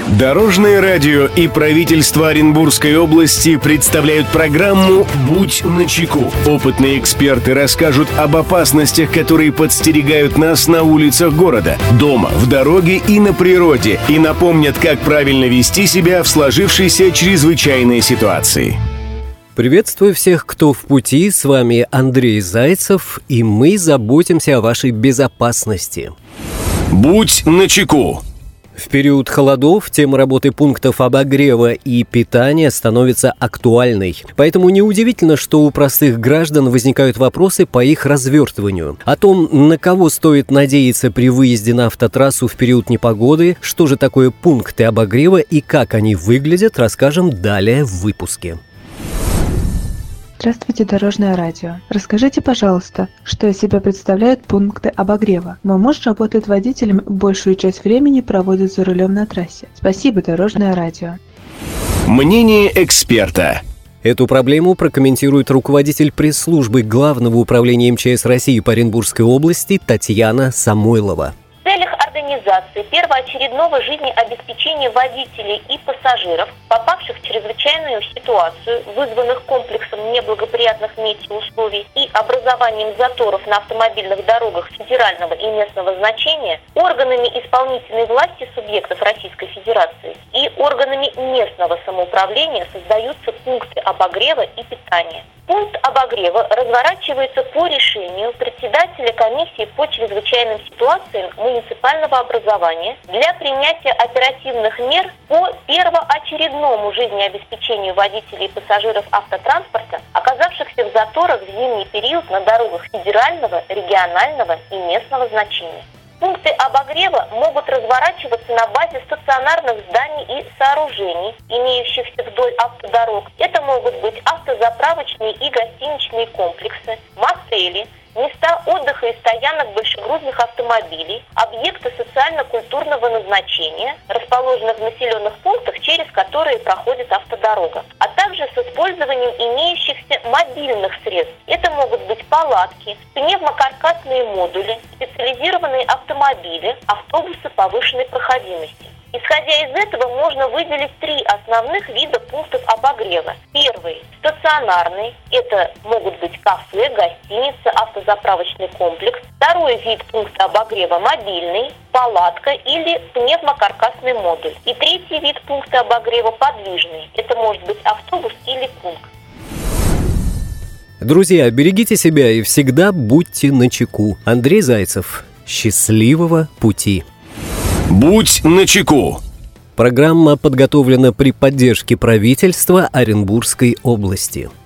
Дорожное радио и правительство Оренбургской области представляют программу «Будь начеку». Опытные эксперты расскажут об опасностях, которые подстерегают нас на улицах города, дома, в дороге и на природе, и напомнят, как правильно вести себя в сложившейся чрезвычайной ситуации. Приветствую всех, кто в пути. С вами Андрей Зайцев, и мы заботимся о вашей безопасности. Будь начеку. В период холодов тема работы пунктов обогрева и питания становится актуальной. Поэтому неудивительно, что у простых граждан возникают вопросы по их развертыванию. О том, на кого стоит надеяться при выезде на автотрассу в период непогоды, что же такое пункты обогрева и как они выглядят, расскажем далее в выпуске. Здравствуйте, Дорожное радио. Расскажите, пожалуйста, что из себя представляют пункты обогрева? Мой муж работает водителем и большую часть времени проводит за рулем на трассе. Спасибо, Дорожное радио. Мнение эксперта. Эту проблему прокомментирует руководитель пресс-службы Главного управления МЧС России по Оренбургской области Татьяна Самойлова. В целях организации первоочередного жизнеобеспечения водителей и пассажиров, попавших в чрезвычайную ситуацию, вызванных комплексом неблагоприятных метеоусловий и образованием заторов на автомобильных дорогах федерального и местного значения, органами исполнительной власти субъектов Российской Федерации и органами местного самоуправления создаются пункты обогрева и питания. Пункт обогрева разворачивается по решению председателя комиссии по чрезвычайным ситуациям муниципального образования для принятия оперативных мер по первоочередному жизнеобеспечению водителей и пассажиров автотранспорта, оказавшихся в заторах в зимний период на дорогах федерального, регионального и местного значения. Пункты обогрева могут разворачиваться на базе стационарных зданий и сооружений, имеющихся вдоль автодорог. Это могут быть автозаправочные и гостиничные комплексы, мотели, места отдыха и стоянок большегрузных автомобилей, объекты социально-культурного назначения, расположенных в населенных пунктах, через которые проходит автодорога, а также с использованием имеющихся мобильных средств. Это могут быть палатки, пневмокаркасные модули, специализированные автомобили, автобусы повышенной проходимости. Исходя из этого, можно выделить 3 основных вида пунктов обогрева. Первый – стационарный. Это могут быть кафе, гостиница, автозаправочный комплекс. Второй вид пункта обогрева – мобильный, палатка или пневмокаркасный модуль. И третий вид пункта обогрева – подвижный. Это может быть автобус или пункт. Друзья, берегите себя и всегда будьте начеку. Андрей Зайцев. Счастливого пути! Будь начеку. Программа подготовлена при поддержке правительства Оренбургской области.